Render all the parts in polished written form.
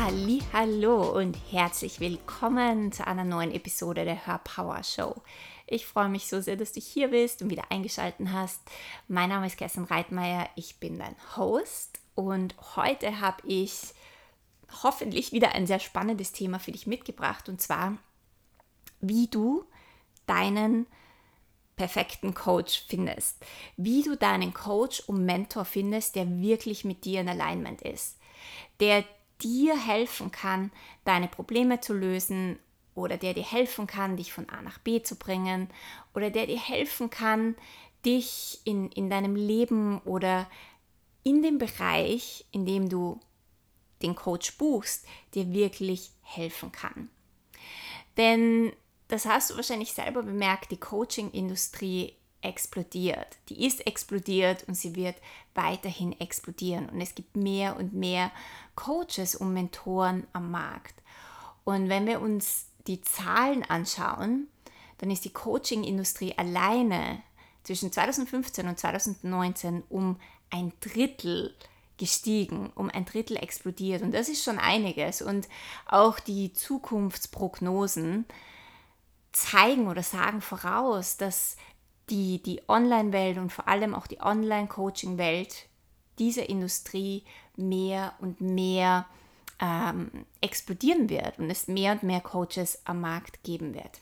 Hallo und herzlich willkommen zu einer neuen Episode der Hörpower Show. Ich freue mich so sehr, dass du hier bist und wieder eingeschaltet hast. Mein Name ist Kerstin Reitmeier, ich bin dein Host und heute habe ich hoffentlich wieder ein sehr spannendes Thema für dich mitgebracht, und zwar, wie du deinen perfekten Coach findest. Wie du deinen Coach und Mentor findest, der wirklich mit dir in Alignment ist. Der dir helfen kann, deine Probleme zu lösen, oder der dir helfen kann, dich von A nach B zu bringen, oder der dir helfen kann, dich in deinem Leben oder in dem Bereich, in dem du den Coach buchst, dir wirklich helfen kann. Denn das hast du wahrscheinlich selber bemerkt, die Coaching-Industrie explodiert. Die ist explodiert und sie wird weiterhin explodieren. Und es gibt mehr und mehr Coaches und Mentoren am Markt. Und wenn wir uns die Zahlen anschauen, dann ist die Coaching-Industrie alleine zwischen 2015 und 2019 um ein Drittel gestiegen, um ein Drittel explodiert. Und das ist schon einiges. Und auch die Zukunftsprognosen zeigen oder sagen voraus, dass die Online-Welt und vor allem auch die Online-Coaching-Welt dieser Industrie mehr und mehr explodieren wird und es mehr und mehr Coaches am Markt geben wird.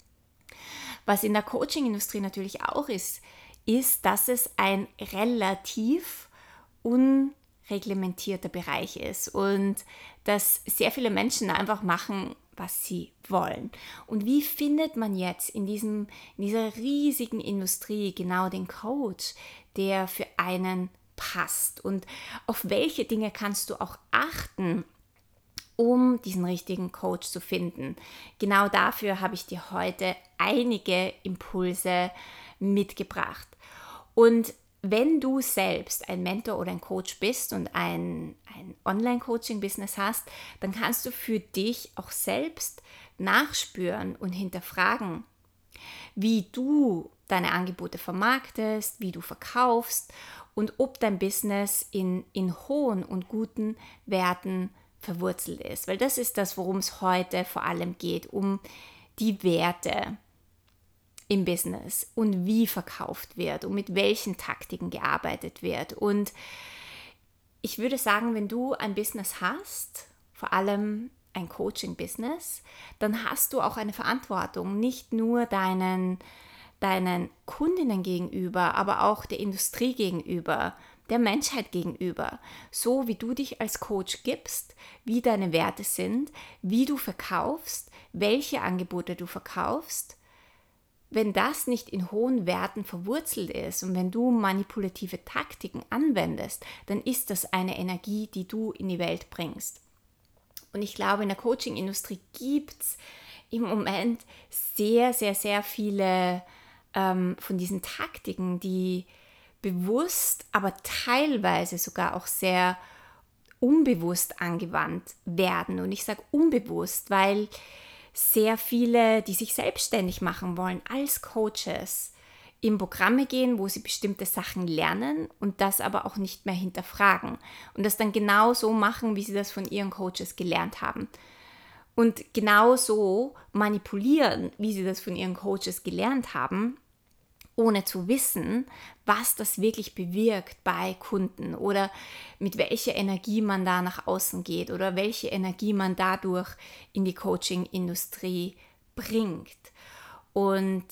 Was in der Coaching-Industrie natürlich auch ist, dass es ein relativ unreglementierter Bereich ist und dass sehr viele Menschen einfach machen, was sie wollen. Und wie findet man jetzt in dieser riesigen Industrie genau den Coach, der für einen passt? Und auf welche Dinge kannst du auch achten, um diesen richtigen Coach zu finden? Genau dafür habe ich dir heute einige Impulse mitgebracht. Und wenn du selbst ein Mentor oder ein Coach bist und ein Online-Coaching-Business hast, dann kannst du für dich auch selbst nachspüren und hinterfragen, wie du deine Angebote vermarktest, wie du verkaufst und ob dein Business in hohen und guten Werten verwurzelt ist. Weil das ist das, worum es heute vor allem geht, um die Werte im Business und wie verkauft wird und mit welchen Taktiken gearbeitet wird. Und ich würde sagen, wenn du ein Business hast, vor allem ein Coaching-Business, dann hast du auch eine Verantwortung, nicht nur deinen Kundinnen gegenüber, aber auch der Industrie gegenüber, der Menschheit gegenüber. So wie du dich als Coach gibst, wie deine Werte sind, wie du verkaufst, welche Angebote du verkaufst. Wenn das nicht in hohen Werten verwurzelt ist und wenn du manipulative Taktiken anwendest, dann ist das eine Energie, die du in die Welt bringst. Und ich glaube, in der Coaching-Industrie gibt es im Moment sehr, sehr, sehr viele von diesen Taktiken, die bewusst, aber teilweise sogar auch sehr unbewusst angewandt werden. Und ich sage unbewusst, weil sehr viele, die sich selbstständig machen wollen, als Coaches in Programme gehen, wo sie bestimmte Sachen lernen und das aber auch nicht mehr hinterfragen und das dann genau so machen, wie sie das von ihren Coaches gelernt haben. Und genau so manipulieren, wie sie das von ihren Coaches gelernt haben, ohne zu wissen, was das wirklich bewirkt bei Kunden oder mit welcher Energie man da nach außen geht oder welche Energie man dadurch in die Coaching-Industrie bringt. Und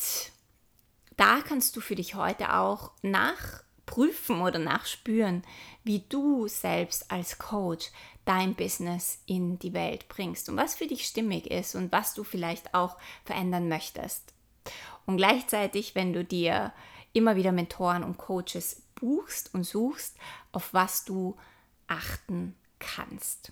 da kannst du für dich heute auch nachprüfen oder nachspüren, wie du selbst als Coach dein Business in die Welt bringst und was für dich stimmig ist und was du vielleicht auch verändern möchtest. Und gleichzeitig, wenn du dir immer wieder Mentoren und Coaches buchst und suchst, auf was du achten kannst.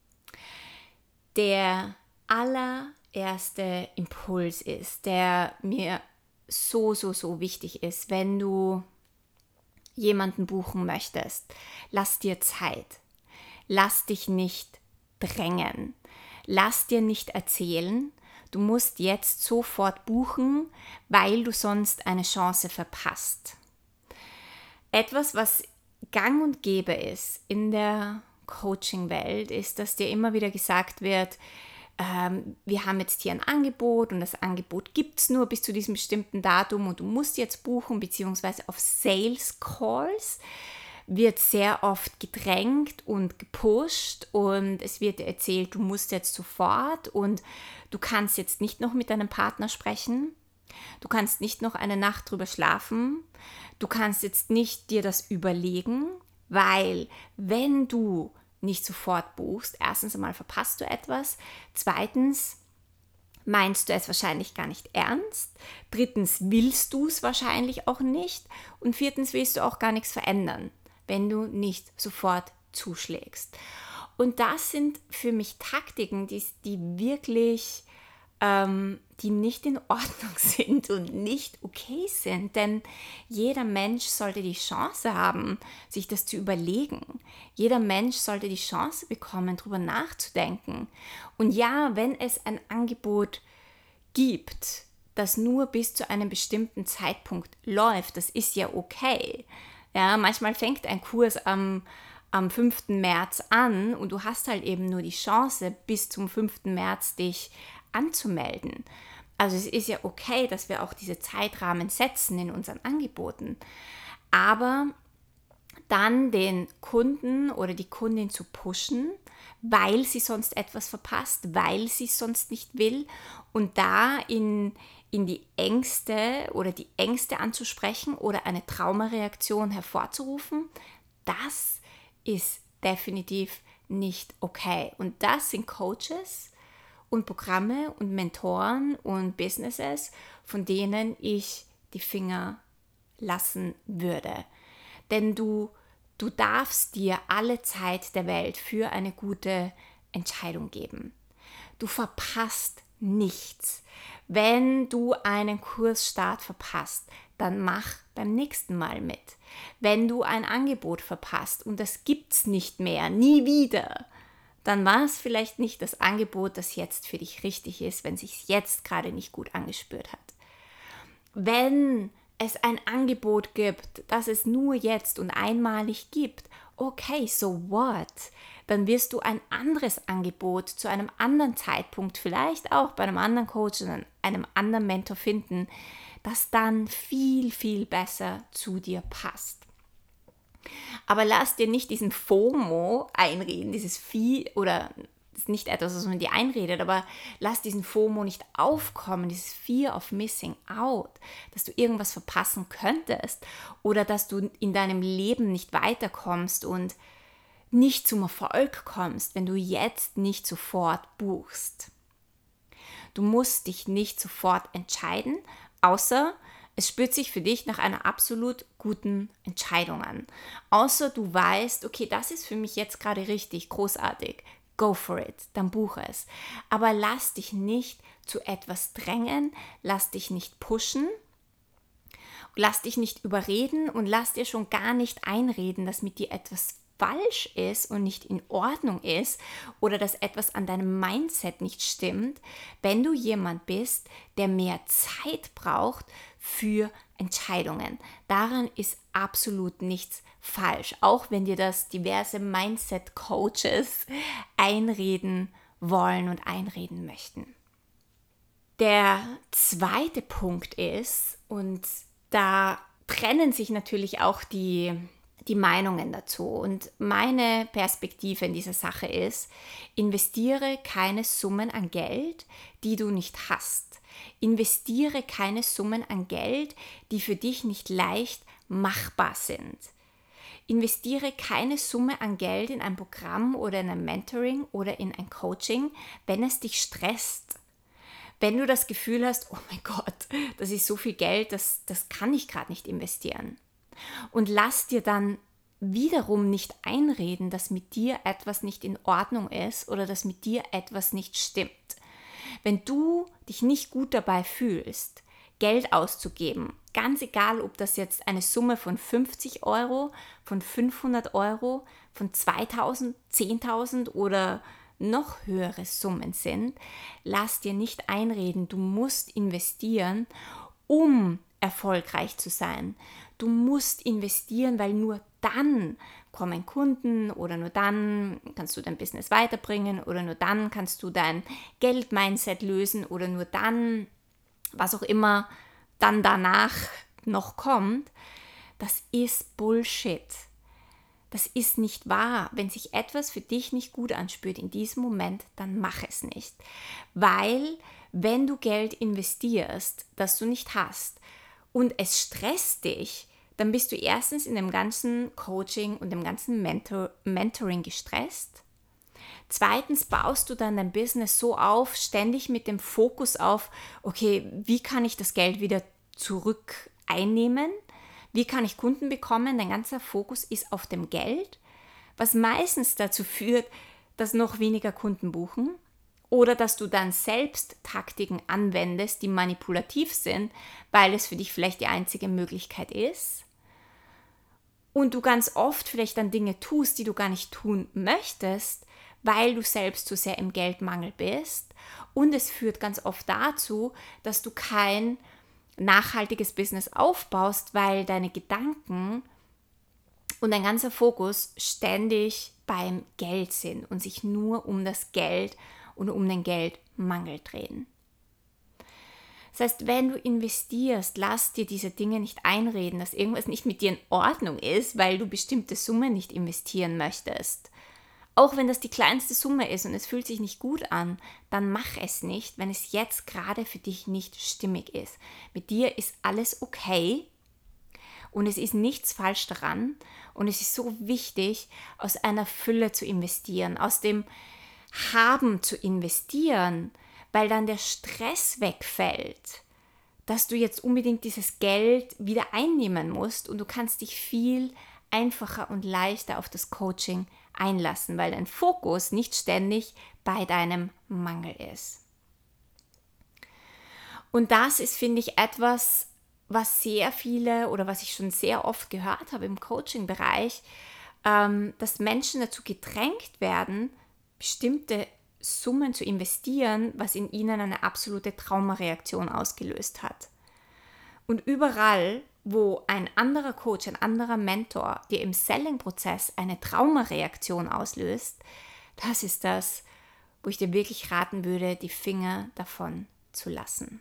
Der allererste Impuls ist, der mir so wichtig ist, wenn du jemanden buchen möchtest. Lass dir Zeit. Lass dich nicht drängen. Lass dir nicht erzählen, du musst jetzt sofort buchen, weil du sonst eine Chance verpasst. Etwas, was gang und gäbe ist in der Coaching-Welt ist, dass dir immer wieder gesagt wird, wir haben jetzt hier ein Angebot und das Angebot gibt es nur bis zu diesem bestimmten Datum und du musst jetzt buchen, beziehungsweise auf Sales Calls wird sehr oft gedrängt und gepusht und es wird dir erzählt, du musst jetzt sofort und du kannst jetzt nicht noch mit deinem Partner sprechen, du kannst nicht noch eine Nacht drüber schlafen, du kannst jetzt nicht dir das überlegen, weil wenn du nicht sofort buchst, erstens einmal verpasst du etwas, zweitens meinst du es wahrscheinlich gar nicht ernst, drittens willst du es wahrscheinlich auch nicht und viertens willst du auch gar nichts verändern, wenn du nicht sofort zuschlägst. Und das sind für mich Taktiken, die wirklich die nicht in Ordnung sind und nicht okay sind. Denn jeder Mensch sollte die Chance haben, sich das zu überlegen. Jeder Mensch sollte die Chance bekommen, darüber nachzudenken. Und ja, wenn es ein Angebot gibt, das nur bis zu einem bestimmten Zeitpunkt läuft, das ist ja okay. Ja, manchmal fängt ein Kurs am 5. März an und du hast halt eben nur die Chance, bis zum 5. März dich anzumelden. Also es ist ja okay, dass wir auch diese Zeitrahmen setzen in unseren Angeboten. Aber dann den Kunden oder die Kundin zu pushen, weil sie sonst etwas verpasst, weil sie es sonst nicht will und da in die Ängste oder die Ängste anzusprechen oder eine Traumareaktion hervorzurufen, das ist definitiv nicht okay. Und das sind Coaches und Programme und Mentoren und Businesses, von denen ich die Finger lassen würde. Denn du darfst dir alle Zeit der Welt für eine gute Entscheidung geben. Du verpasst nichts. Wenn du einen Kursstart verpasst, dann mach beim nächsten Mal mit. Wenn du ein Angebot verpasst und das gibt's nicht mehr, nie wieder, dann war es vielleicht nicht das Angebot, das jetzt für dich richtig ist, wenn es sich jetzt gerade nicht gut angespürt hat. Wenn es ein Angebot gibt, das es nur jetzt und einmalig gibt, okay, so what? Dann wirst du ein anderes Angebot zu einem anderen Zeitpunkt, vielleicht auch bei einem anderen Coach oder einem anderen Mentor finden, das dann viel, viel besser zu dir passt. Aber lass dir nicht diesen FOMO einreden, dieses oder das ist nicht etwas, was man dir einredet, aber lass diesen FOMO nicht aufkommen, dieses Fear of Missing Out, dass du irgendwas verpassen könntest oder dass du in deinem Leben nicht weiterkommst und nicht zum Erfolg kommst, wenn du jetzt nicht sofort buchst. Du musst dich nicht sofort entscheiden, außer es spürt sich für dich nach einer absolut guten Entscheidung an. Außer du weißt, okay, das ist für mich jetzt gerade richtig großartig. Go for it, dann buche es. Aber lass dich nicht zu etwas drängen, lass dich nicht pushen, lass dich nicht überreden und lass dir schon gar nicht einreden, dass mit dir etwas falsch ist und nicht in Ordnung ist oder dass etwas an deinem Mindset nicht stimmt, wenn du jemand bist, der mehr Zeit braucht für Entscheidungen. Daran ist absolut nichts falsch, auch wenn dir das diverse Mindset-Coaches einreden wollen und einreden möchten. Der zweite Punkt ist, und da trennen sich natürlich auch die Meinungen dazu. Und meine Perspektive in dieser Sache ist, investiere keine Summen an Geld, die du nicht hast. Investiere keine Summen an Geld, die für dich nicht leicht machbar sind. Investiere keine Summe an Geld in ein Programm oder in ein Mentoring oder in ein Coaching, wenn es dich stresst. Wenn du das Gefühl hast, oh mein Gott, das ist so viel Geld, das kann ich gerade nicht investieren. Und lass dir dann wiederum nicht einreden, dass mit dir etwas nicht in Ordnung ist oder dass mit dir etwas nicht stimmt. Wenn du dich nicht gut dabei fühlst, Geld auszugeben, ganz egal, ob das jetzt eine Summe von 50 Euro, von 500 Euro, von 2.000, 10.000 oder noch höhere Summen sind, lass dir nicht einreden, du musst investieren, um erfolgreich zu sein. Du musst investieren, weil nur dann kommen Kunden oder nur dann kannst du dein Business weiterbringen oder nur dann kannst du dein Geld-Mindset lösen oder nur dann, was auch immer dann danach noch kommt, das ist Bullshit. Das ist nicht wahr. Wenn sich etwas für dich nicht gut anspürt in diesem Moment, dann mach es nicht. Weil wenn du Geld investierst, das du nicht hast und es stresst dich, dann bist du erstens in dem ganzen Coaching und dem ganzen Mentoring gestresst. Zweitens baust du dann dein Business so auf, ständig mit dem Fokus auf, okay, wie kann ich das Geld wieder zurück einnehmen? Wie kann ich Kunden bekommen? Dein ganzer Fokus ist auf dem Geld, was meistens dazu führt, dass noch weniger Kunden buchen oder dass du dann selbst Taktiken anwendest, die manipulativ sind, weil es für dich vielleicht die einzige Möglichkeit ist. Und du ganz oft vielleicht dann Dinge tust, die du gar nicht tun möchtest, weil du selbst zu sehr im Geldmangel bist. Und es führt ganz oft dazu, dass du kein nachhaltiges Business aufbaust, weil deine Gedanken und dein ganzer Fokus ständig beim Geld sind und sich nur um das Geld und um den Geldmangel drehen. Das heißt, wenn du investierst, lass dir diese Dinge nicht einreden, dass irgendwas nicht mit dir in Ordnung ist, weil du bestimmte Summen nicht investieren möchtest. Auch wenn das die kleinste Summe ist und es fühlt sich nicht gut an, dann mach es nicht, wenn es jetzt gerade für dich nicht stimmig ist. Mit dir ist alles okay und es ist nichts falsch daran und es ist so wichtig, aus einer Fülle zu investieren, aus dem Haben zu investieren, weil dann der Stress wegfällt, dass du jetzt unbedingt dieses Geld wieder einnehmen musst und du kannst dich viel einfacher und leichter auf das Coaching einlassen, weil dein Fokus nicht ständig bei deinem Mangel ist. Und das ist, finde ich, etwas, was sehr viele oder was ich schon sehr oft gehört habe im Coaching-Bereich, dass Menschen dazu gedrängt werden, bestimmte Summen zu investieren, was in ihnen eine absolute Traumareaktion ausgelöst hat. Und überall, wo ein anderer Coach, ein anderer Mentor dir im Selling-Prozess eine Traumareaktion auslöst, das ist das, wo ich dir wirklich raten würde, die Finger davon zu lassen.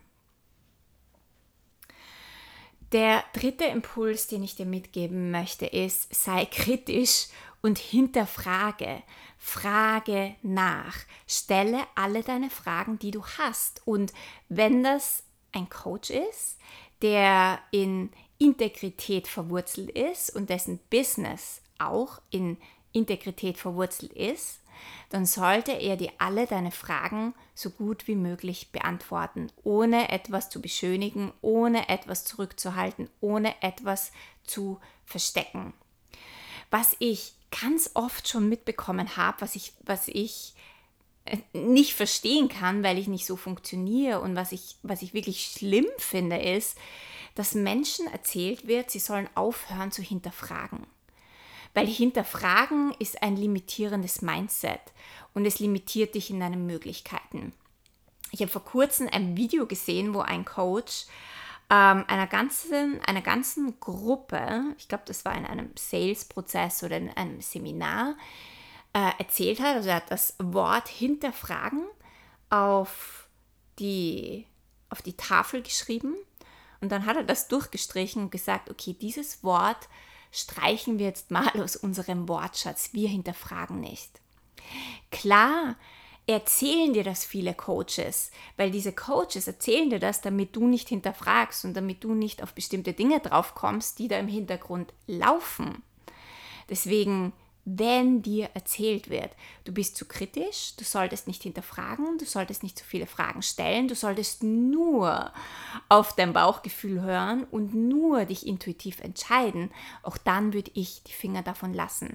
Der dritte Impuls, den ich dir mitgeben möchte, ist, sei kritisch und hinterfrage. Frage nach. Stelle alle deine Fragen, die du hast. Und wenn das ein Coach ist, der in Integrität verwurzelt ist und dessen Business auch in Integrität verwurzelt ist, dann sollte er dir alle deine Fragen so gut wie möglich beantworten, ohne etwas zu beschönigen, ohne etwas zurückzuhalten, ohne etwas zu verstecken. Was ich ganz oft schon mitbekommen habe, was ich nicht verstehen kann, weil ich nicht so funktioniere und was ich wirklich schlimm finde, ist, dass Menschen erzählt wird, sie sollen aufhören zu hinterfragen. Weil hinterfragen ist ein limitierendes Mindset und es limitiert dich in deinen Möglichkeiten. Ich habe vor kurzem ein Video gesehen, wo ein Coach einer ganzen Gruppe, ich glaube, das war in einem Sales-Prozess oder in einem Seminar, erzählt hat, also er hat das Wort hinterfragen auf die Tafel geschrieben und dann hat er das durchgestrichen und gesagt, okay, dieses Wort streichen wir jetzt mal aus unserem Wortschatz, wir hinterfragen nicht. Klar, erzählen dir das viele Coaches, weil diese Coaches erzählen dir das, damit du nicht hinterfragst und damit du nicht auf bestimmte Dinge drauf kommst, die da im Hintergrund laufen. Deswegen, wenn dir erzählt wird, du bist zu kritisch, du solltest nicht hinterfragen, du solltest nicht zu viele Fragen stellen, du solltest nur auf dein Bauchgefühl hören und nur dich intuitiv entscheiden, auch dann würde ich die Finger davon lassen.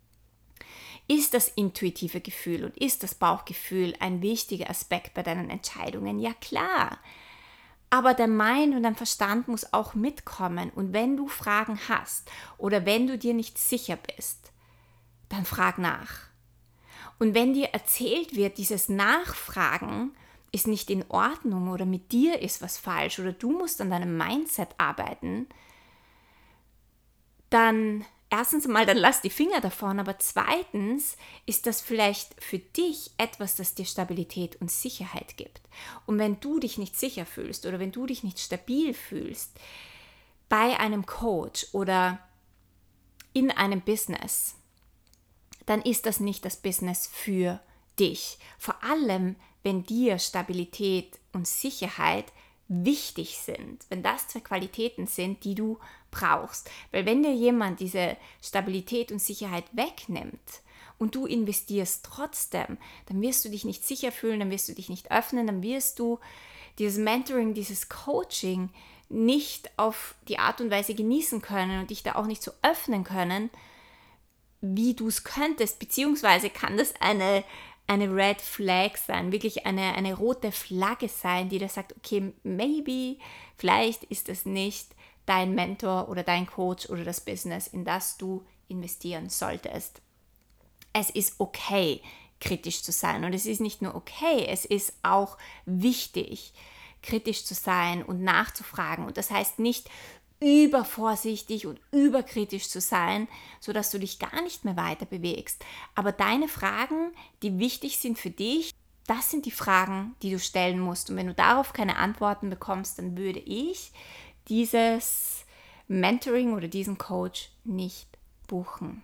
Ist das intuitive Gefühl und ist das Bauchgefühl ein wichtiger Aspekt bei deinen Entscheidungen? Ja klar, aber dein Mind und dein Verstand muss auch mitkommen und wenn du Fragen hast oder wenn du dir nicht sicher bist, dann frag nach. Und wenn dir erzählt wird, dieses Nachfragen ist nicht in Ordnung oder mit dir ist was falsch oder du musst an deinem Mindset arbeiten, dann erstens mal, dann lass die Finger davon, aber zweitens ist das vielleicht für dich etwas, das dir Stabilität und Sicherheit gibt. Und wenn du dich nicht sicher fühlst oder wenn du dich nicht stabil fühlst bei einem Coach oder in einem Business, dann ist das nicht das Business für dich. Vor allem, wenn dir Stabilität und Sicherheit wichtig sind, wenn das zwei Qualitäten sind, die du brauchst. Weil wenn dir jemand diese Stabilität und Sicherheit wegnimmt und du investierst trotzdem, dann wirst du dich nicht sicher fühlen, dann wirst du dich nicht öffnen, dann wirst du dieses Mentoring, dieses Coaching nicht auf die Art und Weise genießen können und dich da auch nicht so öffnen können, wie du es könntest, beziehungsweise kann das eine Red Flag sein, wirklich eine rote Flagge sein, die da sagt, okay, maybe, vielleicht ist es nicht dein Mentor oder dein Coach oder das Business, in das du investieren solltest. Es ist okay, kritisch zu sein und es ist nicht nur okay, es ist auch wichtig, kritisch zu sein und nachzufragen und das heißt nicht übervorsichtig und überkritisch zu sein, sodass du dich gar nicht mehr weiter bewegst. Aber deine Fragen, die wichtig sind für dich, das sind die Fragen, die du stellen musst. Und wenn du darauf keine Antworten bekommst, dann würde ich dieses Mentoring oder diesen Coach nicht buchen.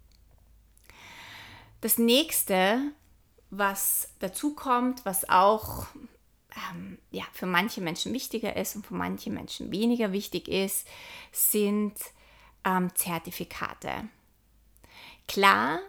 Das nächste, was dazu kommt, was auch für manche Menschen wichtiger ist und für manche Menschen weniger wichtig ist, sind Zertifikate. Klar,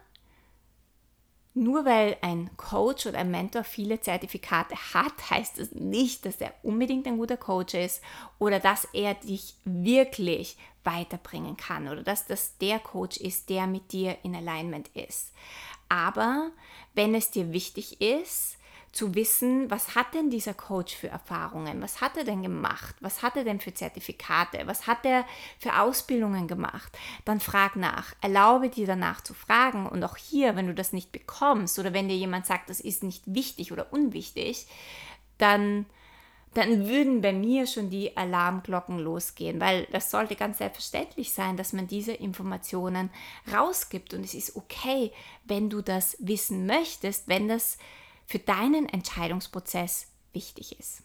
nur weil ein Coach oder ein Mentor viele Zertifikate hat, heißt es nicht, dass er unbedingt ein guter Coach ist oder dass er dich wirklich weiterbringen kann oder dass das der Coach ist, der mit dir in Alignment ist. Aber wenn es dir wichtig ist, zu wissen, was hat denn dieser Coach für Erfahrungen, was hat er denn gemacht, was hat er denn für Zertifikate, was hat er für Ausbildungen gemacht, dann frag nach, erlaube dir danach zu fragen und auch hier, wenn du das nicht bekommst oder wenn dir jemand sagt, das ist nicht wichtig oder unwichtig, dann würden bei mir schon die Alarmglocken losgehen, weil das sollte ganz selbstverständlich sein, dass man diese Informationen rausgibt und es ist okay, wenn du das wissen möchtest, wenn das für deinen Entscheidungsprozess wichtig ist.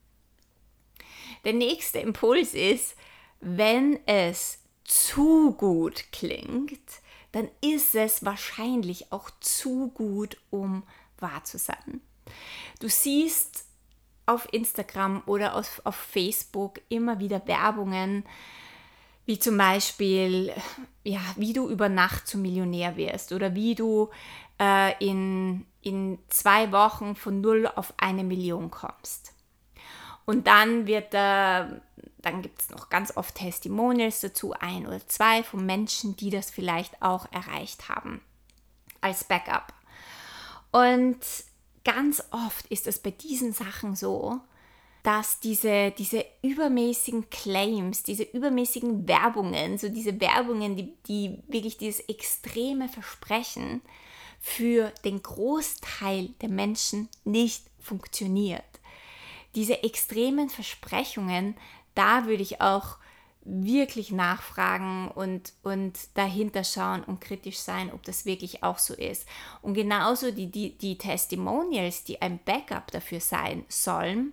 Der nächste Impuls ist, wenn es zu gut klingt, dann ist es wahrscheinlich auch zu gut, um wahr zu sein. Du siehst auf Instagram oder auf Facebook immer wieder Werbungen, wie zum Beispiel, wie du über Nacht zum Millionär wirst oder wie du in 2 Wochen von 0 auf 1 Million kommst. Und dann gibt es noch ganz oft Testimonials dazu, 1 oder 2 von Menschen, die das vielleicht auch erreicht haben, als Backup. Und ganz oft ist es bei diesen Sachen so, dass diese übermäßigen Claims, diese übermäßigen Werbungen, so diese Werbungen, die wirklich dieses extreme Versprechen für den Großteil der Menschen nicht funktioniert. Diese extremen Versprechungen, da würde ich auch wirklich nachfragen und dahinter schauen und kritisch sein, ob das wirklich auch so ist. Und genauso die Testimonials, die ein Backup dafür sein sollen.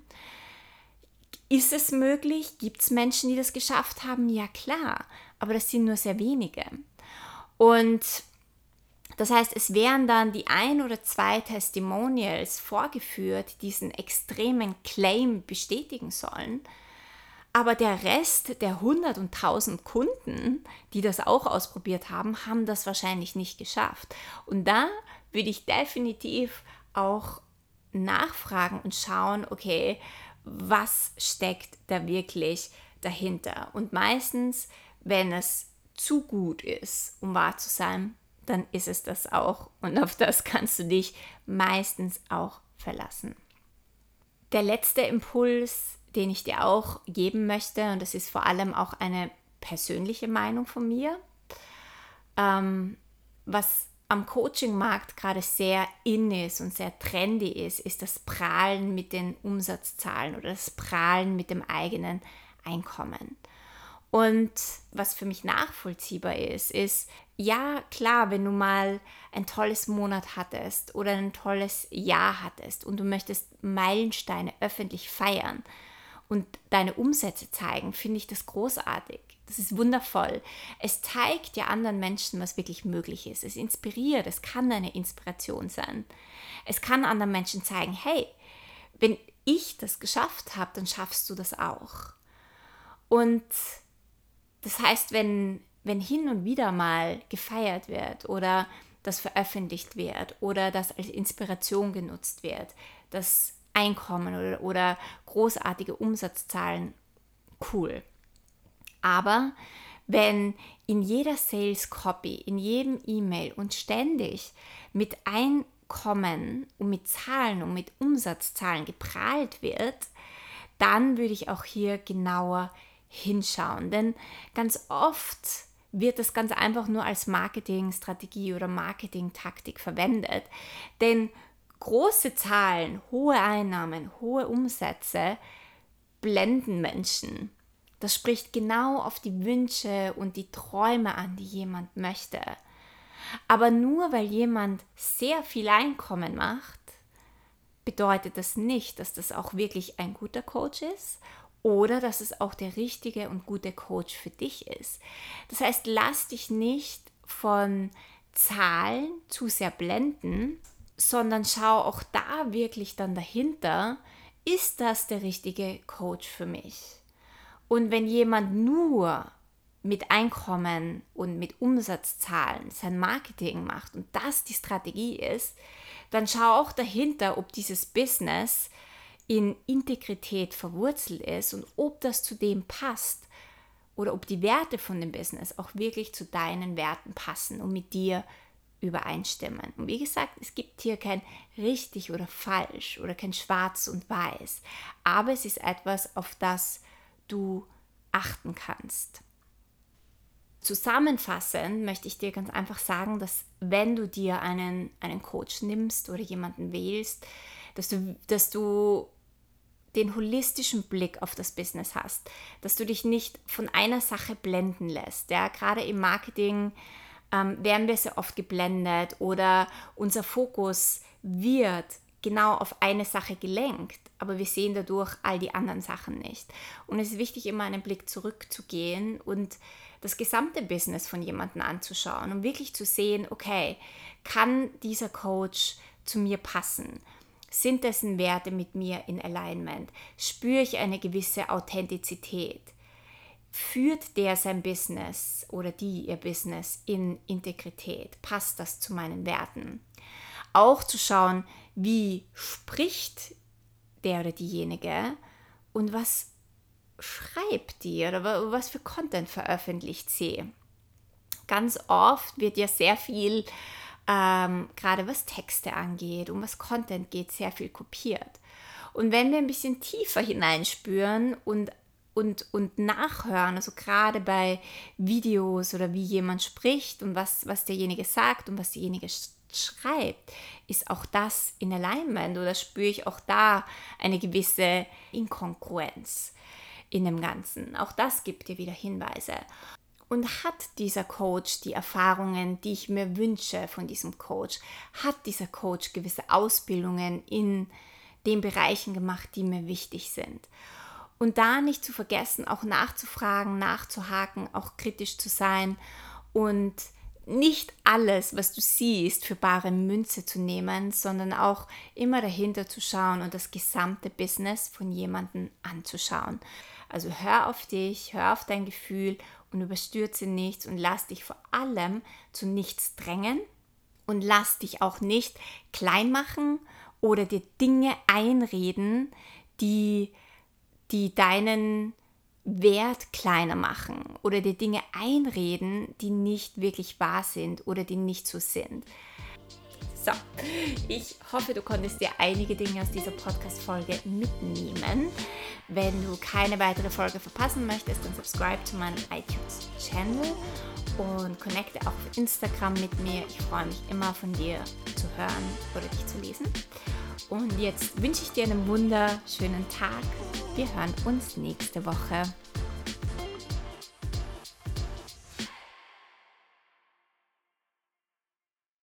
Ist es möglich? Gibt es Menschen, die das geschafft haben? Ja klar, aber das sind nur sehr wenige. Und das heißt, es werden dann die 1 oder 2 Testimonials vorgeführt, die diesen extremen Claim bestätigen sollen. Aber der Rest der 100 und 1000 Kunden, die das auch ausprobiert haben, haben das wahrscheinlich nicht geschafft. Und da würde ich definitiv auch nachfragen und schauen, okay, was steckt da wirklich dahinter? Und meistens, wenn es zu gut ist, um wahr zu sein, dann ist es das auch. Und auf das kannst du dich meistens auch verlassen. Der letzte Impuls, den ich dir auch geben möchte, und das ist vor allem auch eine persönliche Meinung von mir, was am Coaching-Markt gerade sehr in ist und sehr trendy ist das Prahlen mit den Umsatzzahlen oder das Prahlen mit dem eigenen Einkommen. Und was für mich nachvollziehbar ist, ja klar, wenn du mal ein tolles Monat hattest oder ein tolles Jahr hattest und du möchtest Meilensteine öffentlich feiern und deine Umsätze zeigen, finde ich das großartig. Das ist wundervoll. Es zeigt ja anderen Menschen, was wirklich möglich ist. Es inspiriert, es kann eine Inspiration sein. Es kann anderen Menschen zeigen, hey, wenn ich das geschafft habe, dann schaffst du das auch. Und das heißt, wenn hin und wieder mal gefeiert wird oder das veröffentlicht wird oder das als Inspiration genutzt wird, das Einkommen oder großartige Umsatzzahlen, cool. Aber wenn in jeder Sales Copy, in jedem E-Mail und ständig mit Einkommen und mit Zahlen und mit Umsatzzahlen geprahlt wird, dann würde ich auch hier genauer hinschauen. Denn ganz oft wird das ganz einfach nur als Marketingstrategie oder Marketingtaktik verwendet. Denn große Zahlen, hohe Einnahmen, hohe Umsätze blenden Menschen. Das spricht genau auf die Wünsche und die Träume an, die jemand möchte. Aber nur weil jemand sehr viel Einkommen macht, bedeutet das nicht, dass das auch wirklich ein guter Coach ist oder dass es auch der richtige und gute Coach für dich ist. Das heißt, lass dich nicht von Zahlen zu sehr blenden, sondern schau auch da wirklich dann dahinter, ist das der richtige Coach für mich? Und wenn jemand nur mit Einkommen und mit Umsatzzahlen sein Marketing macht und das die Strategie ist, dann schau auch dahinter, ob dieses Business in Integrität verwurzelt ist und ob das zu dem passt oder ob die Werte von dem Business auch wirklich zu deinen Werten passen und mit dir übereinstimmen. Und wie gesagt, es gibt hier kein richtig oder falsch oder kein schwarz und weiß, aber es ist etwas, auf das du achten kannst. Zusammenfassend möchte ich dir ganz einfach sagen, dass wenn du dir einen Coach nimmst oder jemanden wählst, dass du den holistischen Blick auf das Business hast, dass du dich nicht von einer Sache blenden lässt. Ja? Gerade im Marketing werden wir sehr oft geblendet oder unser Fokus wird genau auf eine Sache gelenkt, aber wir sehen dadurch all die anderen Sachen nicht. Und es ist wichtig, immer einen Blick zurückzugehen und das gesamte Business von jemandem anzuschauen, um wirklich zu sehen, okay, kann dieser Coach zu mir passen? Sind dessen Werte mit mir in Alignment? Spüre ich eine gewisse Authentizität? Führt der sein Business oder die ihr Business in Integrität? Passt das zu meinen Werten? Auch zu schauen, wie spricht der oder diejenige und was schreibt die oder was für Content veröffentlicht sie. Ganz oft wird ja sehr viel, gerade was Texte angeht und was Content geht, sehr viel kopiert. Und wenn wir ein bisschen tiefer hineinspüren und nachhören, also gerade bei Videos oder wie jemand spricht und was derjenige sagt und was derjenige schreibt, ist auch das in Alignment oder spüre ich auch da eine gewisse Inkongruenz in dem Ganzen. Auch das gibt dir wieder Hinweise. Und hat dieser Coach die Erfahrungen, die ich mir wünsche von diesem Coach? Hat dieser Coach gewisse Ausbildungen in den Bereichen gemacht, die mir wichtig sind? Und da nicht zu vergessen, auch nachzufragen, nachzuhaken, auch kritisch zu sein und nicht alles, was du siehst, für bare Münze zu nehmen, sondern auch immer dahinter zu schauen und das gesamte Business von jemandem anzuschauen. Also hör auf dich, hör auf dein Gefühl und überstürze nichts und lass dich vor allem zu nichts drängen und lass dich auch nicht klein machen oder dir Dinge einreden, die deinen Wert kleiner machen oder dir Dinge einreden, die nicht wirklich wahr sind oder die nicht so sind. So, ich hoffe, du konntest dir einige Dinge aus dieser Podcast-Folge mitnehmen. Wenn du keine weitere Folge verpassen möchtest, dann subscribe zu meinem iTunes-Channel und connecte auch auf Instagram mit mir. Ich freue mich immer von dir zu hören oder dich zu lesen. Und jetzt wünsche ich dir einen wunderschönen Tag. Wir hören uns nächste Woche.